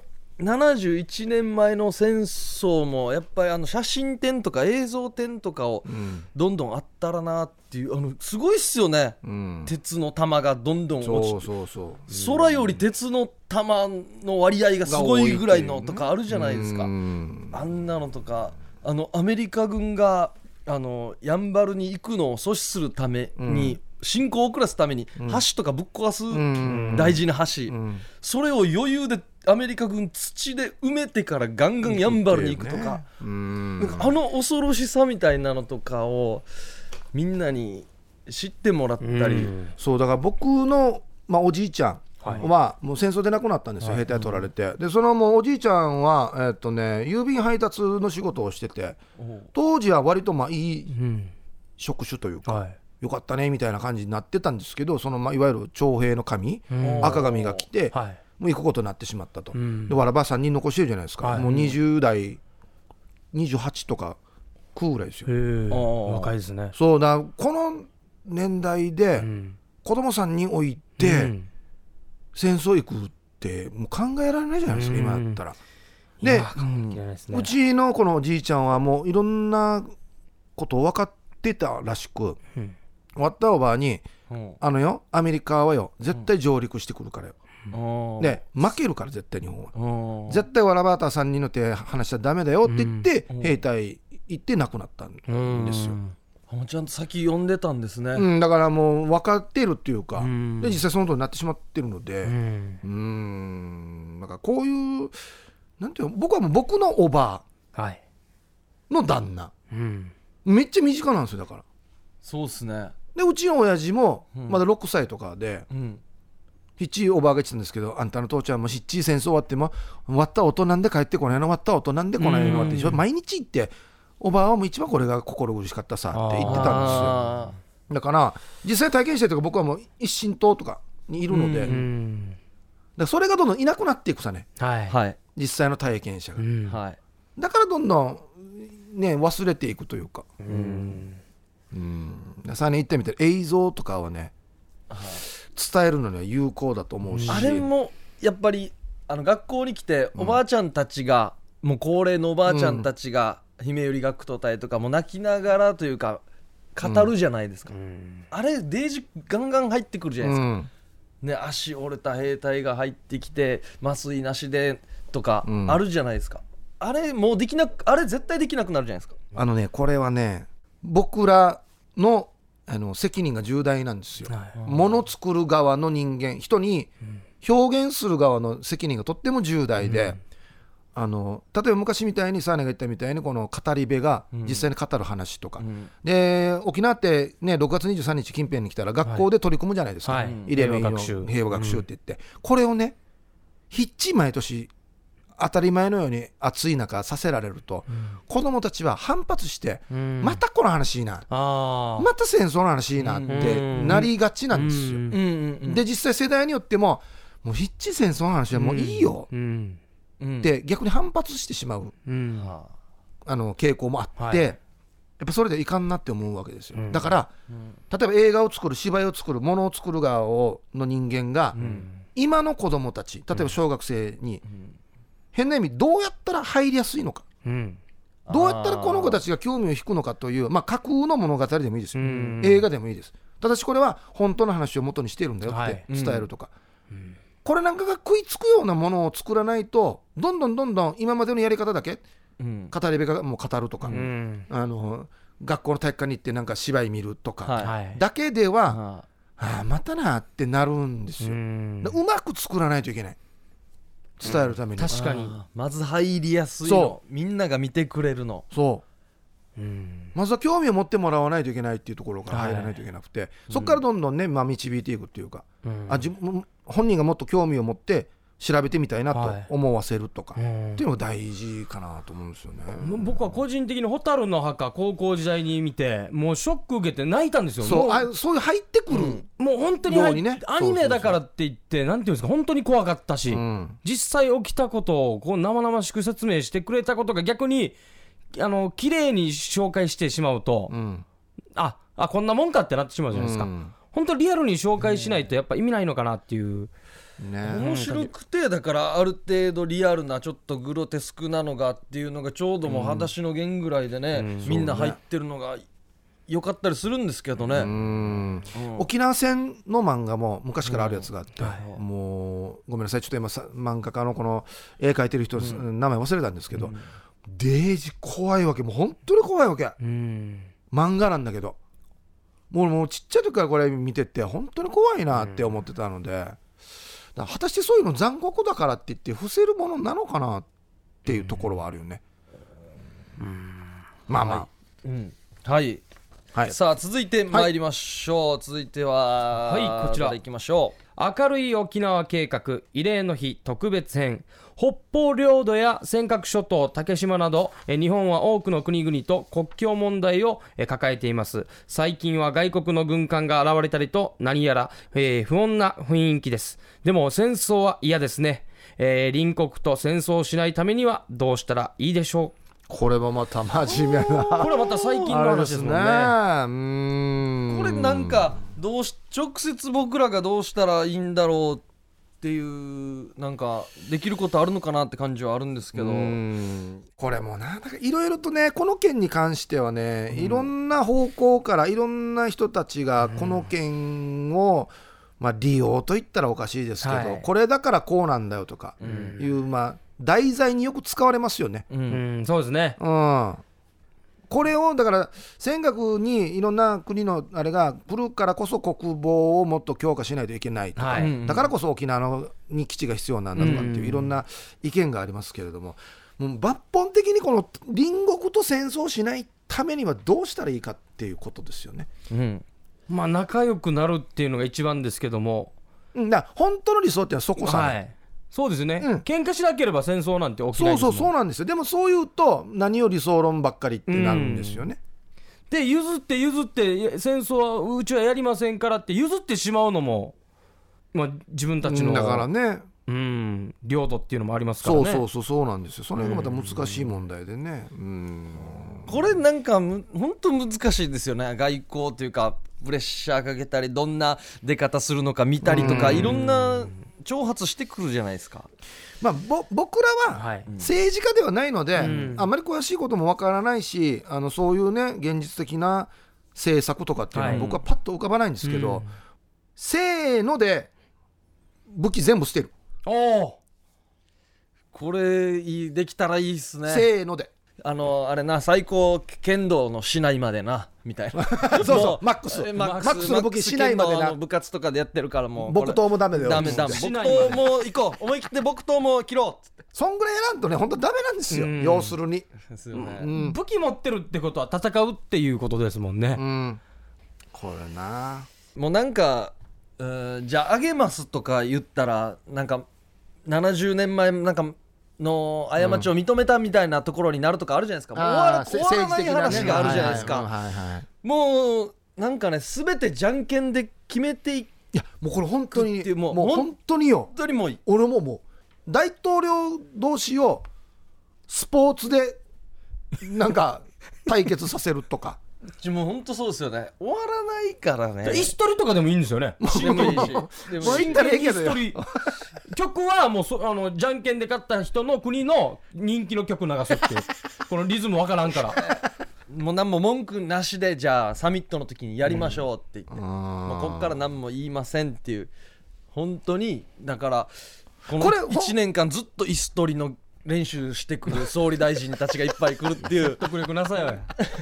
71年前の戦争もやっぱり写真展とか映像展とかをどんどんあったらなっていう、すごいっすよね、鉄の玉がどんどん落ちて、空より鉄の玉の割合がすごいぐらいのとかあるじゃないですか。あんなのとかアメリカ軍がやんばるに行くのを阻止するために、進行を遅らすために橋とかぶっ壊す大事な橋、それを余裕でアメリカ軍土で埋めてからガンガンやんばるに行くとか、なんか恐ろしさみたいなのとかをみんなに知ってもらったり、 そうだから僕の、おじいちゃんはもう戦争で亡くなったんですよ、兵隊取られて。でそのもうおじいちゃんは、郵便配達の仕事をしてて、当時は割といい職種というか、よかったねみたいな感じになってたんですけど、そのいわゆる徴兵の紙、赤紙が来て、もう行くことになってしまったと。でわらば3人残してるじゃないですか、もう20代28とか9ぐらいですよ。 若いですね。 そうだ、この年代で子供3人置いて戦争行くってもう考えられないじゃないですか、今だったら。で、うちのこのおじいちゃんはもういろんなことを分かってたらしく、終わったおばあにアメリカはよ絶対上陸してくるからよ、で負けるから絶対日本は絶対わらばた3人の手離しちゃダメだよって言って、兵隊行って亡くなったんですよ。 ちゃんと先読んでたんですね、 だからもう分かってるっていうか、で実際その通りになってしまってるので、だからこういうなんていうの、僕はもう僕のおばあの旦那、めっちゃ身近なんですよ。だからそうっすね。 でうちの親父もまだ6歳とかで、ひっちおばあが言ってたんですけど、あんたの父ちゃんもしっち戦争終わっても終わった音なんで帰ってこないの、終わった音なんで来ないのって毎日言って、おばあはもう一番これが心苦しかったさって言ってたんですよ。だから実際体験してるとか、僕はもう一神党とかにいるので、だからそれがどんどんいなくなっていくさね、実際の体験者が、だからどんどんね忘れていくというか、さあね言ってみて映像とかはね、伝えるのには有効だと思うし、 あれもやっぱり学校に来ておばあちゃんたちが、もう高齢のおばあちゃんたちが、姫百合学徒隊とかも泣きながらというか語るじゃないですか、あれデージガンガン入ってくるじゃないですか、ね、足折れた兵隊が入ってきて麻酔なしでとかあるじゃないですか、 あれもうできなく、あれ絶対できなくなるじゃないですか。 これはね僕らの責任が重大なんですよ、物作る側の人間、人に表現する側の責任がとっても重大で、例えば昔みたいにサーネが言ったみたいにこの語り部が実際に語る話とか、で沖縄ってね6月23日近辺に来たら学校で取り組むじゃないですか、慰霊の日の平和学習って言って、これをねひっち毎年当たり前のように暑い中させられると、子どもたちは反発して、またこの話いいな、また戦争の話いいなってなりがちなんですよ。で実際世代によってももうひっち戦争の話はもういいよって逆に反発してしまう、傾向もあって、やっぱそれでいかんなって思うわけですよ。だから、例えば映画を作る、芝居を作る、ものを作る側の人間が、今の子どもたち、例えば小学生に、変な意味どうやったら入りやすいのか、どうやったらこの子たちが興味を引くのかという、架空の物語でもいいですよ、映画でもいいです。ただしこれは本当の話を元にしているんだよって伝えるとか、これなんかが食いつくようなものを作らないと、どんどん今までのやり方だけ、語り部がもう語るとか、学校の体育館に行ってなんか芝居見るとか、だけでは、またなってなるんですよ。うまく作らないといけない、伝えるために。 確かにまず入りやすいの、みんなが見てくれるの、まずは興味を持ってもらわないといけないっていうところから入らないといけなくて、そこからどんどんね、導いていくっていうか、本人がもっと興味を持って調べてみたいなと思わせるとか、っていうのが大事かなと思うんですよね。 僕は個人的に蛍の墓高校時代に見てもうショック受けて泣いたんですよ。 そういう入ってくる、 もう本当にアニメだからって言ってなんていうんですか、本当に怖かったし、実際起きたことをこう生々しく説明してくれたことが逆に綺麗に紹介してしまうと、こんなもんかってなってしまうじゃないですか。本当リアルに紹介しないとやっぱ意味ないのかなっていう、 面白くて、だからある程度リアルなちょっとグロテスクなのがっていうのがちょうどもう裸足の弦ぐらいでね、みんな入ってるのが良かったりするんですけどね。 沖縄戦の漫画も昔からあるやつがあって、もうごめんなさい、ちょっと今漫画家のこの絵描いてる人の名前忘れたんですけど、デージ怖いわけ、もう本当に怖いわけ、漫画なんだけど、もうちっちゃい時からこれ見てて本当に怖いなって思ってたので、果たしてそういうの残酷だからって言って伏せるものなのかなっていうところはあるよね。 はい、さあ続いて参りましょう、続いては、 こちら行きましょう。 明るい沖縄計画慰霊の日特別編。北方領土や尖閣諸島、竹島など日本は多くの国々と国境問題を抱えています。最近は外国の軍艦が現れたりと何やら不穏な雰囲気です。でも戦争は嫌ですね。隣国と戦争しないためにはどうしたらいいでしょう。 これはまた真面目なこれまた最近の話ですもんね。 これなんか直接僕らがどうしたらいいんだろうっていうなんかできることあるのかなって感じはあるんですけど、 これもなんかいろいろとね、この件に関してはね、いろんな方向からいろんな人たちがこの件を利用と言ったらおかしいですけど、これだからこうなんだよとかいう題材によく使われますよね。 そうですね。 これをだから尖閣にいろんな国のあれが来るからこそ国防をもっと強化しないといけないとか、だからこそ沖縄に基地が必要なんだとかっていういろんな意見がありますけれども、もう抜本的にこの隣国と戦争しないためにはどうしたらいいかっていうことですよね。 仲良くなるっていうのが一番ですけども、 本当の理想ってのはそこさね。 そうですね、喧嘩しなければ戦争なんて起きないんですもん。 そうなんですよ。でもそう言うと何より理想論ばっかりってなるんですよね。 で譲って戦争はうちはやりませんからって譲ってしまうのも、自分たちのだからね、 領土っていうのもありますからね。 そうなんですよ。それがまた難しい問題でね。 これなんか本当難しいですよね。外交というかプレッシャーかけたりどんな出方するのか見たりとか、いろんな挑発してくるじゃないですか。 僕らは政治家ではないので、あんまり詳しいこともわからないし、そういうね現実的な政策とかっていうのは僕はパッと浮かばないんですけど、せーので武器全部捨てる。 これできたらいいっすね。 せーのであれな、最高剣道の市内までなみたいなそうそうマックスの武器市内までな、 部活とかでやってるからもう木刀もダメだよ。 ダメ木刀も行こう、思い切って木刀も切ろうっつって、 そんぐらいやらんとね本当ダメなんですよ、要するにですよね、 武器持ってるってことは戦うっていうことですもんね。 これなもうなんかじゃああげますとか言ったらなんか70年前なんかの過ちを認めたみたいなところになるとかあるじゃないですか。もう終わらない話があるじゃないですか。もうなんかね、全てじゃんけんで決めていやもうこれ本当にもう本当によ、 本当にもう俺ももう大統領同士をスポーツでなんか対決させるとかもう本当そうですよね。終わらないからね。 椅子取りとかでもいいんですよね。 でもいいし、 もういいんだねけどよ曲はもうじゃんけんで勝った人の国の人気の曲流すっていうこのリズムわからんからもう何も文句なしでじゃあサミットの時にやりましょうって言って、もうここから何も言いませんっていう、本当にだからこの1年間ずっと椅子取りの練習してくる総理大臣たちがいっぱい来るっていう得力なさよ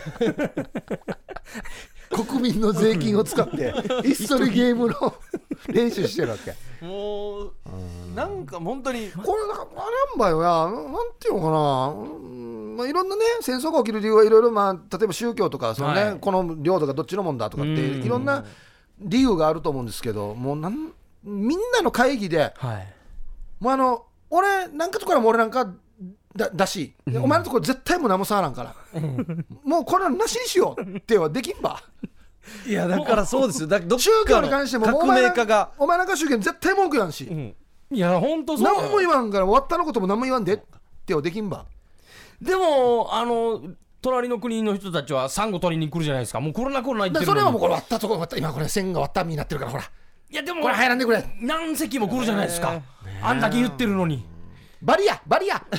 国民の税金を使って椅子取りゲームの練習してるわけ。 もうなんか本当にこれだからあれんばよや、なんていうのかな、いろんなね戦争が起きる理由はいろいろ、例えば宗教とかその、ねこの領土がどっちのもんだとかっていろんな理由があると思うんですけど、もうみんなの会議で、もう俺なんかところも俺なんかだし、お前のところ絶対もう何も触らんから、もうこれはなしにしようってはできんば。 いやだからそうですよ。だ宗教に関しても革命家がお前なんか宗教に絶対文句やんし、 いや本当そう何も言わんから終わったのことも何も言わんでってはできんば。 でも隣の国の人たちはサンゴ取りに来るじゃないですか。もうコロナ言ってるのにそれはもうこれ終わったところ、今これ線が終わったみになってるから、ほらいやでもこれ入らんでくれ、 何隻も来るじゃないですか、あんだけ言ってるのに。 バリアバリア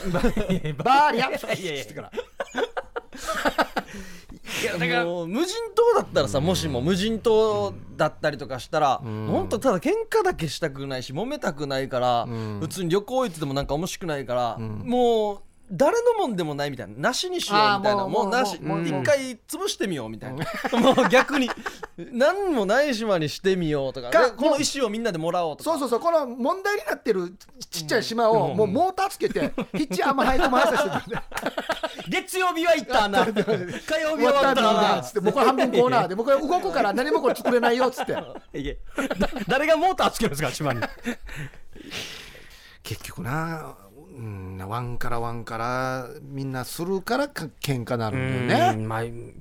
だからもう無人島だったらさ、もしも無人島だったりとかしたら、本当ただ喧嘩だけしたくないし揉めたくないから、普通に旅行行っててもなんか面白くないから、もう誰のもんでもないみたいな、なしにしようみたいな、もうなし、一回潰してみようみたいな、もう逆に何もない島にしてみようとか、この石をみんなでもらおうとか、 そうこの問題になってるちっちゃい島をもうモーターつけてヒッチあんま入っても入させて月曜日は行ったな火曜日は終わったなつって、僕は半分コーナーで僕は動くから何もこれ作れないよっつって誰がモーターつけるんですか島に結局な、ワンからみんなするから喧嘩なるんだよね。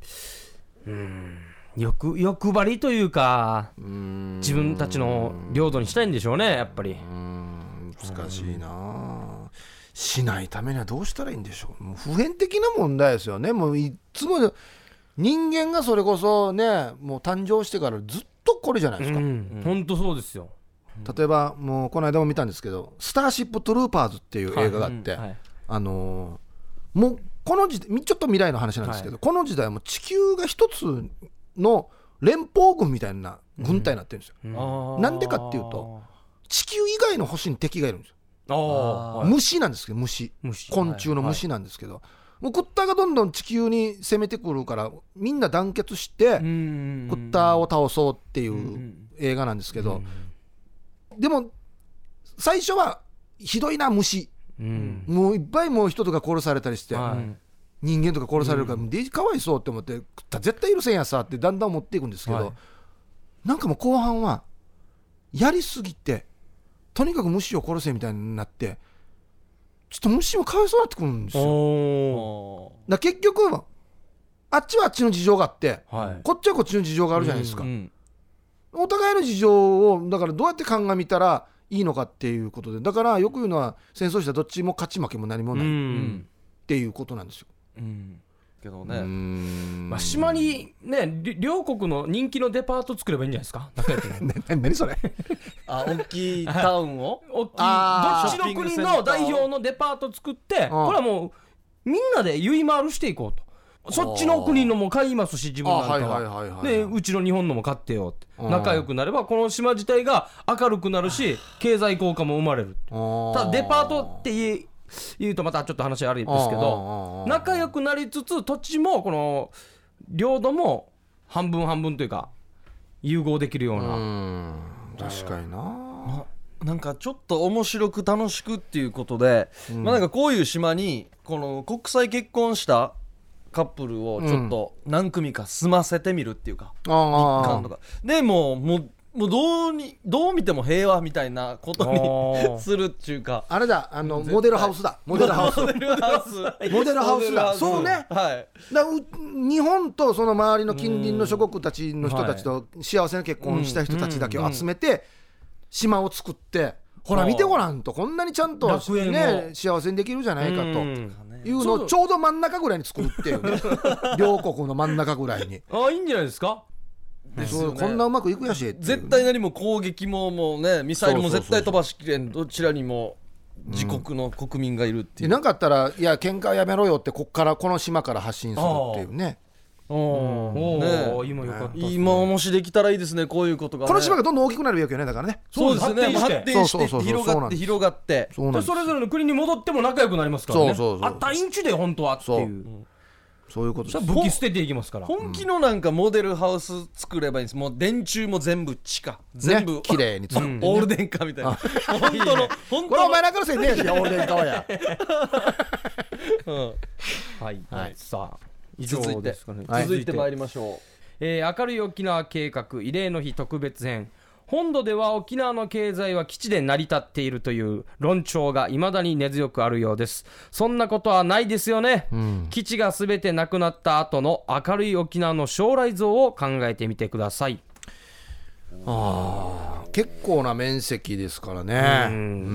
欲張りというか、自分たちの領土にしたいんでしょうね、やっぱり。 難しいな。しないためにはどうしたらいいんでしょう。もう普遍的な問題ですよね。もういつも人間がそれこそね、もう誕生してからずっとこれじゃないですか。 本当そうですよ。 例えばもうこの間も見たんですけど、スターシップトゥルーパーズっていう映画があって、もうこの時代ちょっと未来の話なんですけど、この時代はもう地球が一つの連邦軍みたいな軍隊になってるんですよ。なんでかっていうと、地球以外の星に敵がいるんですよ。虫なんですけど、昆虫の虫なんですけど、もうクッターがどんどん地球に攻めてくるから、みんな団結してクッターを倒そうっていう映画なんですけど、でも最初はひどいな虫、もういっぱいもう人とか殺されたりして、人間とか殺されるから、かわいそうって思って、絶対許せんやさってだんだん持っていくんですけど、なんかもう後半はやりすぎて、とにかく虫を殺せみたいになって、ちょっと虫もかわいそうになってくるんですよ。だ結局あっちはあっちの事情があって、こっちはこっちの事情があるじゃないですか。お互いの事情をだからどうやって鑑みたらいいのかっていうことで、だからよく言うのは、戦争したらどっちも勝ち負けも何もないっていうことなんですよ。 けどね、 島にね、両国の人気のデパート作ればいいんじゃないですか。 何それ大きいタウンを大きいどっちの国の代表のデパート作って、これはもうみんなで言い回るしていこうと。そっちの国のも買いますし、自分なんかはで、うちの日本のも買ってよって、仲良くなればこの島自体が明るくなるし、経済効果も生まれる。ただデパートって言うとまたちょっと話あるんですけど、仲良くなりつつ土地もこの領土も半分半分というか融合できるような。 確かにな。 なんかちょっと面白く楽しくっていうことで、なんかこういう島にこの国際結婚したカップルをちょっと何組か住ませてみるっていうか、一環とかでもうどう見ても平和みたいなことにするっていうか、 あれだ、モデルハウスだ、モデルハウスモデルハウスだ、そうね、 はい、 日本とその周りの近隣の諸国たちの人たちと幸せな結婚した人たちだけを集めて島を作って、ほら見てごらんと、こんなにちゃんと、ね、幸せにできるじゃないかというのをちょうど真ん中ぐらいに作るっていうね両国の真ん中ぐらいに。 いいんじゃないですか。 そうこんなうまくいくやし、 絶対何も攻撃ももうね、ミサイルも絶対飛ばしきれん、どちらにも自国の国民がいるっていう、 なんかあったらいや喧嘩やめろよって、この島から発信するっていうね。 今よかったですね。 今もしできたらいいですね、こういうことが、ね、 この島がどんどん大きくなるわけよね、だからね。 そうですね、発展してそう広がってそれぞれの国に戻っても仲良くなりますからね。あったインチで本当はっていう、 そういうことです。 武器捨てていきますから。 本気のなんかモデルハウス作ればいいんです。もう電柱も全部地下、全部綺麗に作ってオール電化みたいな。本当のこれお前らからせんねえし、オール電化はや。 はい、さあ続いて参りましょう。 明るい沖縄計画慰霊の日特別編。本土では沖縄の経済は基地で成り立っているという論調が未だに根強くあるようです。そんなことはないですよね、基地が全てなくなった後の明るい沖縄の将来像を考えてみてください。 結構な面積ですからね。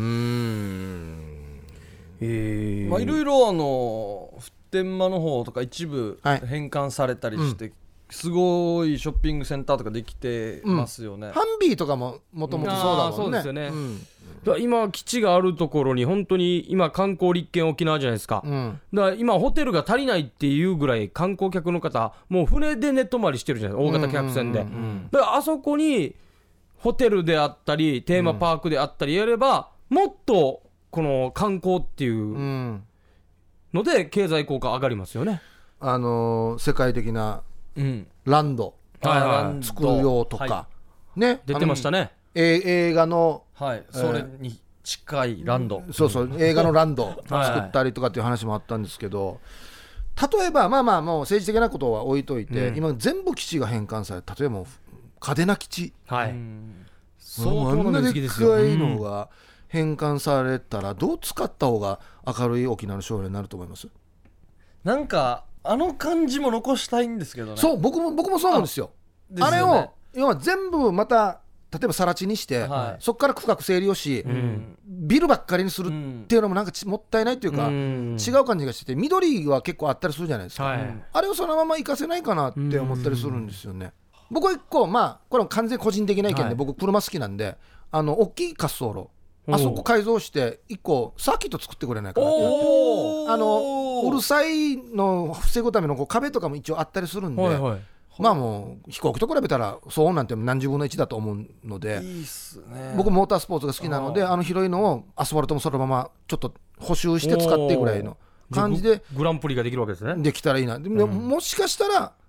いろいろ普天間の方とか一部返還されたりして、すごいショッピングセンターとかできてますよね。 ハンビーとかももともとそうだもんね。 そうですよね、今基地があるところに本当に今観光立県沖縄じゃないですか、だから今ホテルが足りないっていうぐらい観光客の方もう船で寝泊まりしてるじゃないですか、大型客船で。だからあそこにホテルであったりテーマパークであったりやれば、もっとこの観光っていうので経済効果上がりますよね。 世界的なランド作るようとかね、 出てましたね。 映画のそれに近いランド、 映画のランド作ったりとかっていう話もあったんですけど、例えばもう政治的なことは置いといて、今全部基地が返還され、例えば嘉手納基地、 相あんなでっかいのが返還されたらどう使った方が明るい沖縄の将来になると思います？ なんか感じも残したいんですけどね。 そう、僕もそうなんですよ。あれを要は全部また例えば更地にして、そこから区画整理をし、ビルばっかりにするっていうのもなんかもったいないというか、違う感じがしてて、緑は結構あったりするじゃないですか、あれをそのまま活かせないかなって思ったりするんですよね。僕は一個、これは完全個人的な意見で、僕車好きなんで、大きい滑走路あそこ改造して1個サーキット作ってくれないかなって。うるさいのを防ぐための壁とかも一応あったりするんで、もう飛行機と比べたら騒音なんて何十分の1だと思うので、 いいっすね。 僕モータースポーツが好きなので、広いのをアスファルトもそのままちょっと補修して使ってぐらいの感じでグランプリができるわけですね。 できたらいいな。でもしかしたら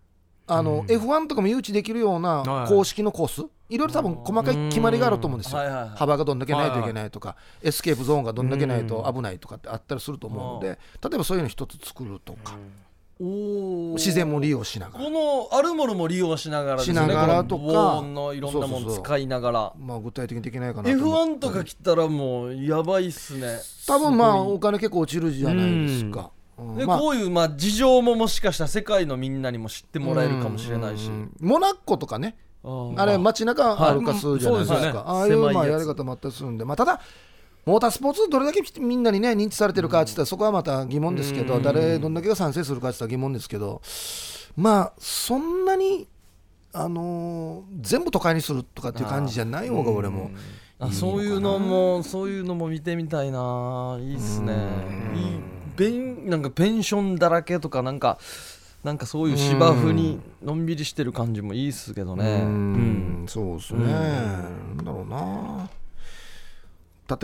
F1 とかも誘致できるような公式のコース、いろいろ多分細かい決まりがあると思うんですよ。幅がどんだけないといけないとか、エスケープゾーンがどんだけないと危ないとかってあったりすると思うので、例えばそういうの一つ作るとか、自然も利用しながら、 このあるものも利用しながらですね、 しながらとか、 防音のいろんなもの使いながら、 具体的にできないかなと思って。 F1 とか来たらもうやばいっすね。 多分お金結構落ちるじゃないですか。 でこういう事情ももしかしたら世界のみんなにも知ってもらえるかもしれないし、 モナコとかね、あれ街中歩かすじゃないですか、ああいうやり方もあったりするんで、ただモータースポーツどれだけみんなにね認知されてるかって言ったらそこはまた疑問ですけど、どんだけが賛成するかって言ったら疑問ですけど、そんなに全部都会にするとかっていう感じじゃない方が俺もそういうのも見てみたいな。いいっすね。なんかペンションだらけとかなんかそういう芝生にのんびりしてる感じもいいっすけどね。 そうですね。なんだろうな、例えば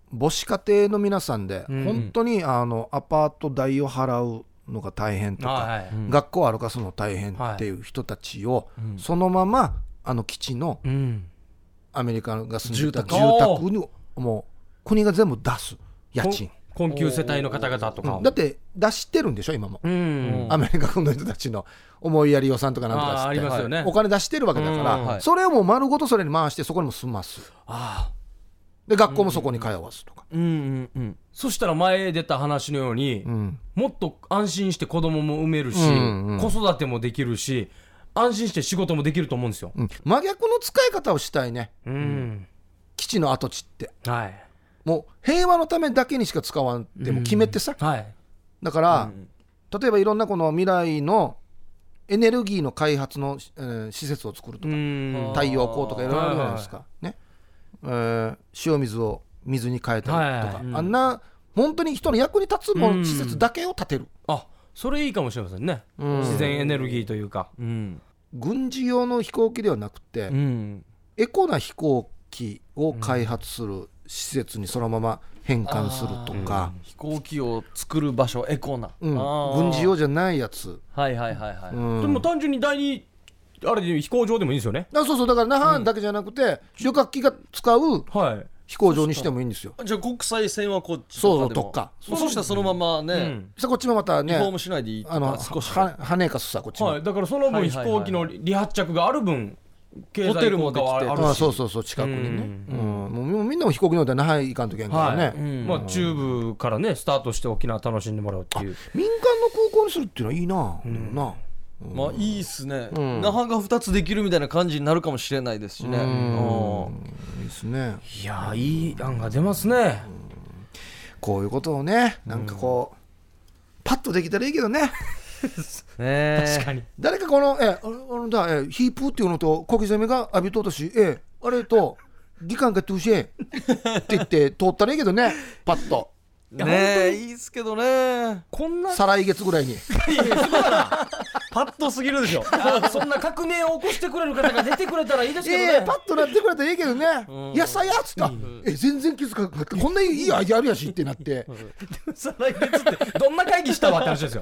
母子家庭の皆さんで、本当にアパート代を払うのが大変とか、学校を歩かすの大変っていう人たちを、そのまま基地のアメリカが住んでた住宅にもう国が全部出す家賃、 困窮世帯の方々とか、 だって出してるんでしょ今も、アメリカ軍の人たちの思いやり予算とかなんとかって、お金出してるわけだから、それをもう丸ごとそれに回してそこにも住ますで学校もそこに通わすとか、 そしたら前出た話のように、もっと安心して子供も産めるし、子育てもできるし、安心して仕事もできると思うんですよ、 真逆の使い方をしたいね、基地の跡地って、もう平和のためだけにしか使わんっても決めてさ、だから、例えばいろんなこの未来のエネルギーの開発の、施設を作るとか、太陽光とかいろいろあるじゃないですか、塩水を水に変えたりとか、あんな本当に人の役に立つもの施設だけを建てる、 それいいかもしれませんね、自然エネルギーというか、 軍事用の飛行機ではなくて、エコな飛行機を開発する施設にそのまま変換するとか、 飛行機を作る場所エコな、 軍事用じゃないやつ、 でも単純に第二あれで飛行場でもいいんですよね。 そうだから那覇だけじゃなくて、旅客機が使う飛行場にしてもいいんですよ。 じゃあ国際線はこっちとかでも、 とか、 そしたらそのままね、 こっちもまたね、 リフォームしないでいい、 少し跳ねかすさ、こっちも、 だからその分飛行機の離発着がある分、経済効果はあるし、 そう近くにね、もうみんなも飛行機乗って那覇行かんといけんからね、 中部からねスタートして沖縄楽しんでもらうっていう、 民間の空港にするっていうのはいいな、 いいっすね、那覇が2つできるみたいな感じになるかもしれないですしね、 いいですね。 いやいい案が出ますね、 こういうことをね、なんかこう、パッとできたらいいけどね確かに誰かこのヒープっていうのと小刻みが浴びとうとし、あれと時間がトゥーシェって言って通ったらいいけどね、パッとね、いいっすけどね、 こんな再来月ぐらいにパッとすぎるでしょそんな革命を起こしてくれる方が出てくれたらいいですけどね、 パッとなってくれたらいいけどね、野菜やっつった全然気づかなかった、こんないいアイデアあるやしってなって再来月ってどんな会議したわって話ですよ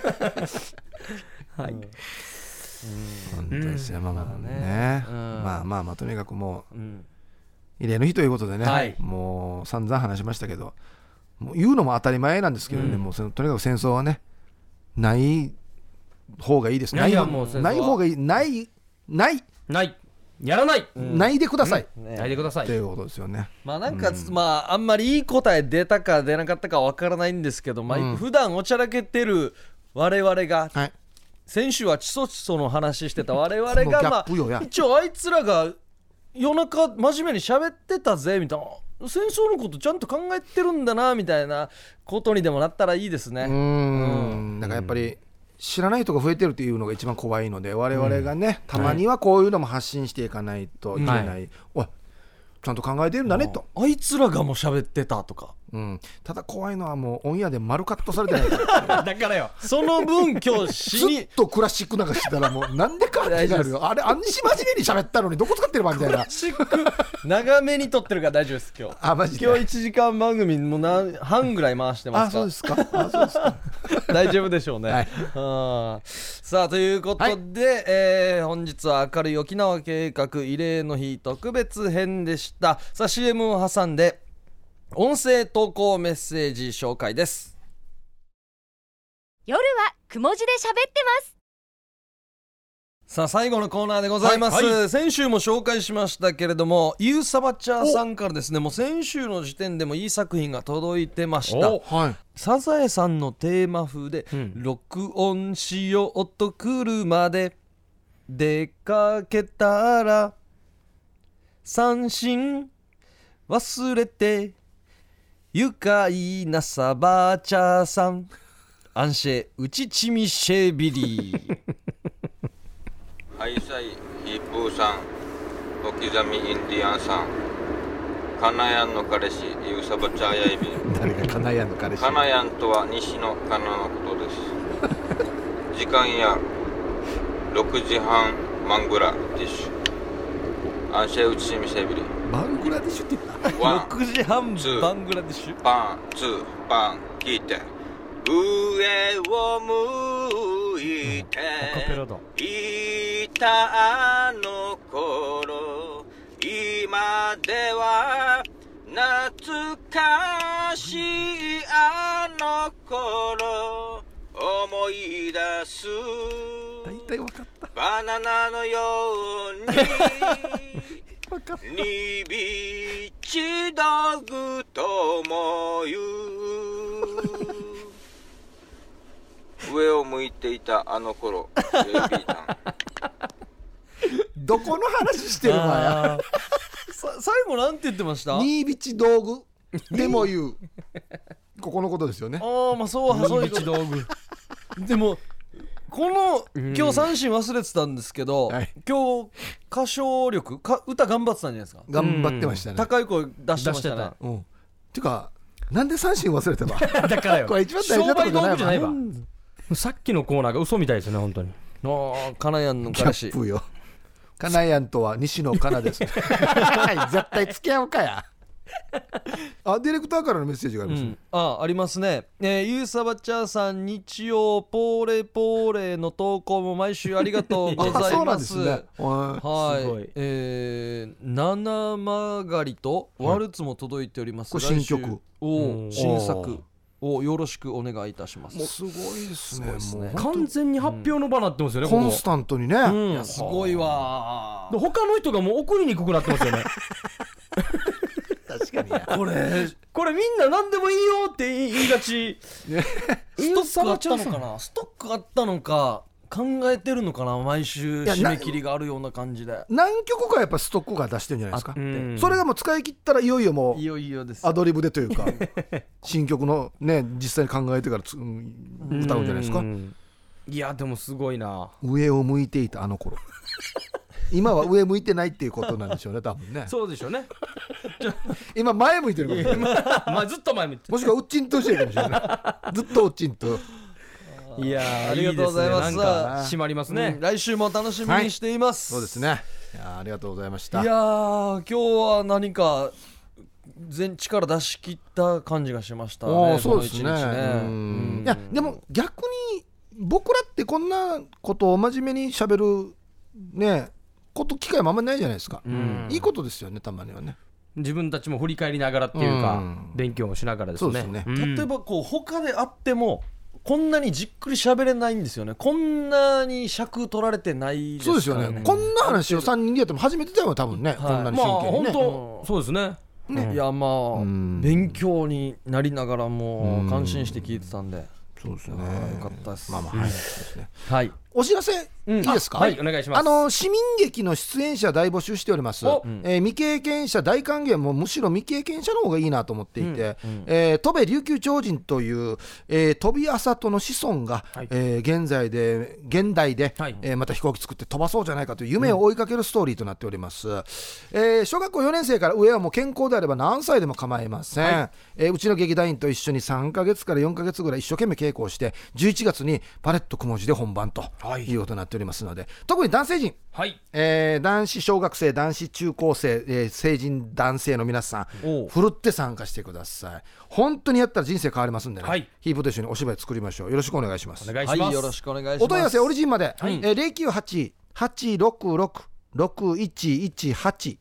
本当ですよ、まあとにかくもう慰霊の日ということでね、もう散々話しましたけど、もう言うのも当たり前なんですけどね、もうとにかく戦争はねない方がいいです。ない方がいい、ないやらない、 ないでください、 ないでくださいということですよね。 なんか、あんまりいい答え出たか出なかったかわからないんですけど、普段おちゃらけてる我々が、先週はちそちその話してた我々が、一応あいつらが夜中真面目に喋ってたぜみたいな、戦争のことちゃんと考えてるんだなみたいなことにでもなったらいいですね。 だからやっぱり知らない人が増えてるっていうのが一番怖いので、我々がね、たまにはこういうのも発信していかないといけない、おいちゃんと考えてるんだねと、 あいつらがもう喋ってたとか、 ただ怖いのはもうオンエアで丸カットされてないからだからよ、 その分今日ずっとクラシック流してたらもうなんでかってなるよあれ、あんし真面目に喋ったのにどこ使ってるわみたいな、クラシック長めに撮ってるから大丈夫です今日。 マジで今日1時間番組もう半ぐらい回してますから。 そうですか大丈夫でしょうね、さあということで、本日は明るい沖縄計画慰霊の日特別編でした。さあ CM を挟んで音声投稿メッセージ紹介です。 夜はくも字で喋ってます。 さあ最後のコーナーでございます、先週も紹介しましたけれども、ユーサバチャーさんからですね、もう先週の時点でもいい作品が届いてました。サザエさんのテーマ風で、録音しようと車で出かけたら三振忘れて愉快なサバチャーさんアンシェウチチミシェビリーハイサイヒープーさん、小刻みインディアンさん、カナヤンの彼氏ユーサバチャーヤイビン。 誰がカナヤンの彼氏？ カナヤンとは西のカナのことです時間や6時半マングラティッシュアンシェウチシミシェビリバングラデシュって言った。 6時半バングラデシュ。 バンツーバン聞いて、上を向いてアカペラだ。 いたあの頃、今では懐かしいあの頃、思い出す大体分かった。 バナナのように分かった。 にびちどぐともゆ上を向いていたあの頃、ベイビータン。 どこの話してるのや。 最後なんて言ってました？ 新ビ道具でも言う。ここのことですよね。 ああ、まあそういう道具。でもこの今日三振忘れてたんですけど、今日歌唱力歌頑張ってたんじゃないですか。 頑張ってましたね。 高い声出してましたね。 ていうかなんで三振忘れてば。 だからよ。 これ一番大事なとこじゃないわ。 さっきのコーナーが嘘みたいですよね、本当に。 カナヤンの彼氏。 キャップよ。カナヤンとは西野カナです。絶対付き合うかや。ディレクターからのメッセージがあります、 ありますね。ユーサバチャーさん、日曜ポーレポーレの投稿も毎週ありがとうございます。 そうなんですね。 はい。七曲りとワルツも届いております。 これ新曲、 新作をよろしくお願いいたします。 すごいですね。もう完全に発表の場になってますよね。 コンスタントにね。 いやすごいわ。 他の人がもう送りにくくなってますよね。 確かに。 これみんな何でもいいよって言いがち。 ストックあったのかな。ストックあったのか考えてるのかな。毎週締め切りがあるような感じで。 何曲かやっぱストックが出してるんじゃないですか。それがもう使い切ったらいよいよもうアドリブでというか新曲のね実際に考えてから歌うんじゃないですか。 いやでもすごいな。 上を向いていたあの頃。今は上向いてないっていうことなんでしょうね、多分ね。 そうでしょうね。 今前向いてるもんね。 ずっと前向いてる。 もしくはうっちんとしてるかもしれない。ずっとうっちんと。 いやありがとうございます。 なんか締まりますね。 来週も楽しみにしています。 そうですね。ありがとうございました。 いや今日は何か全力出し切った感じがしましたね。 そうですね。いやでも逆に僕らってこんなことを真面目に喋るね機会もあんまりないじゃないですか。いいことですよね、たまにはね。 自分たちも振り返りながらっていうか、勉強もしながらですね。 そうですね。例えば他であってもこんなにじっくり喋れないんですよね。こんなに尺取られてないですからね。 そうですよね。こんな話を3人でやっても初めてだよ多分ね。こんなに真剣にね。 本当そうですね。 いや勉強になりながらも感心して聞いてたんで。 そうですね。 よかったです。 はい。お知らせいいですか。 はい、お願いします。 市民劇の出演者大募集しております。未経験者大歓迎。もむしろ未経験者の方がいいなと思っていて、戸部琉球超人という飛び浅との子孫が現代でまた飛行機作って飛ばそうじゃないかという夢を追いかけるストーリーとなっております。小学校4年生から上はもう健康であれば何歳でも構いません。うちの劇団員と一緒に3ヶ月から4ヶ月ぐらい一生懸命稽古をして11月にパレットくもじで本番ということになっておりますので、特に男性陣、男子小学生、男子中高生、成人男性の皆さんふるって参加してください。本当にやったら人生変わりますんでね、ヒープと一緒にお芝居作りましょう。よろしくお願いします。 お願いします。よろしくお願いします。 お問い合わせオリジンまで、098-866-6118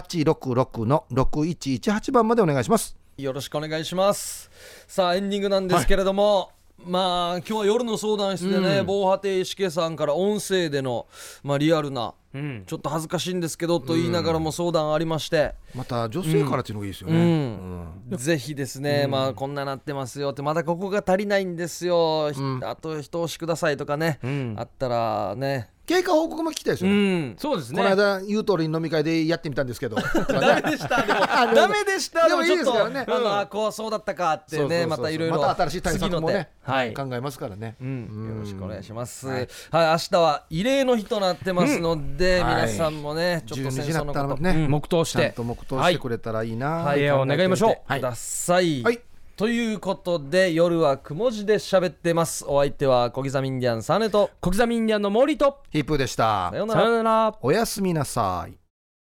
866の6118番までお願いします。 よろしくお願いします。さあエンディングなんですけれども、今日は夜の相談室でね、防波堤しけさんから音声での、リアルな、ちょっと恥ずかしいんですけどと言いながらも相談ありまして、 また女性からっていうのがいいですよね。 ぜひですね、こんななってますよって、まだここが足りないんですよ、あと一押しくださいとかね、あったらね、 経過報告も聞きたいですよね。 そうですね。 この間言う通り飲み会でやってみたんですけどダメでしたでもダメでしたでもいいですからね。 こうそうだったかってね、またいろいろまた新しい対策もね考えますからね。 よろしくお願いします。はい、明日は慰霊の日となってますので、皆さんもねちょっと戦争のこと黙祷してちゃんと黙祷してくれたらいいな。 平和を願いましょう。 ください。ということで夜はくも字で喋ってます。お相手は小刻みインディアンサネと小刻みインディアンの森とヒープーでした。 さようなら。 おやすみなさい。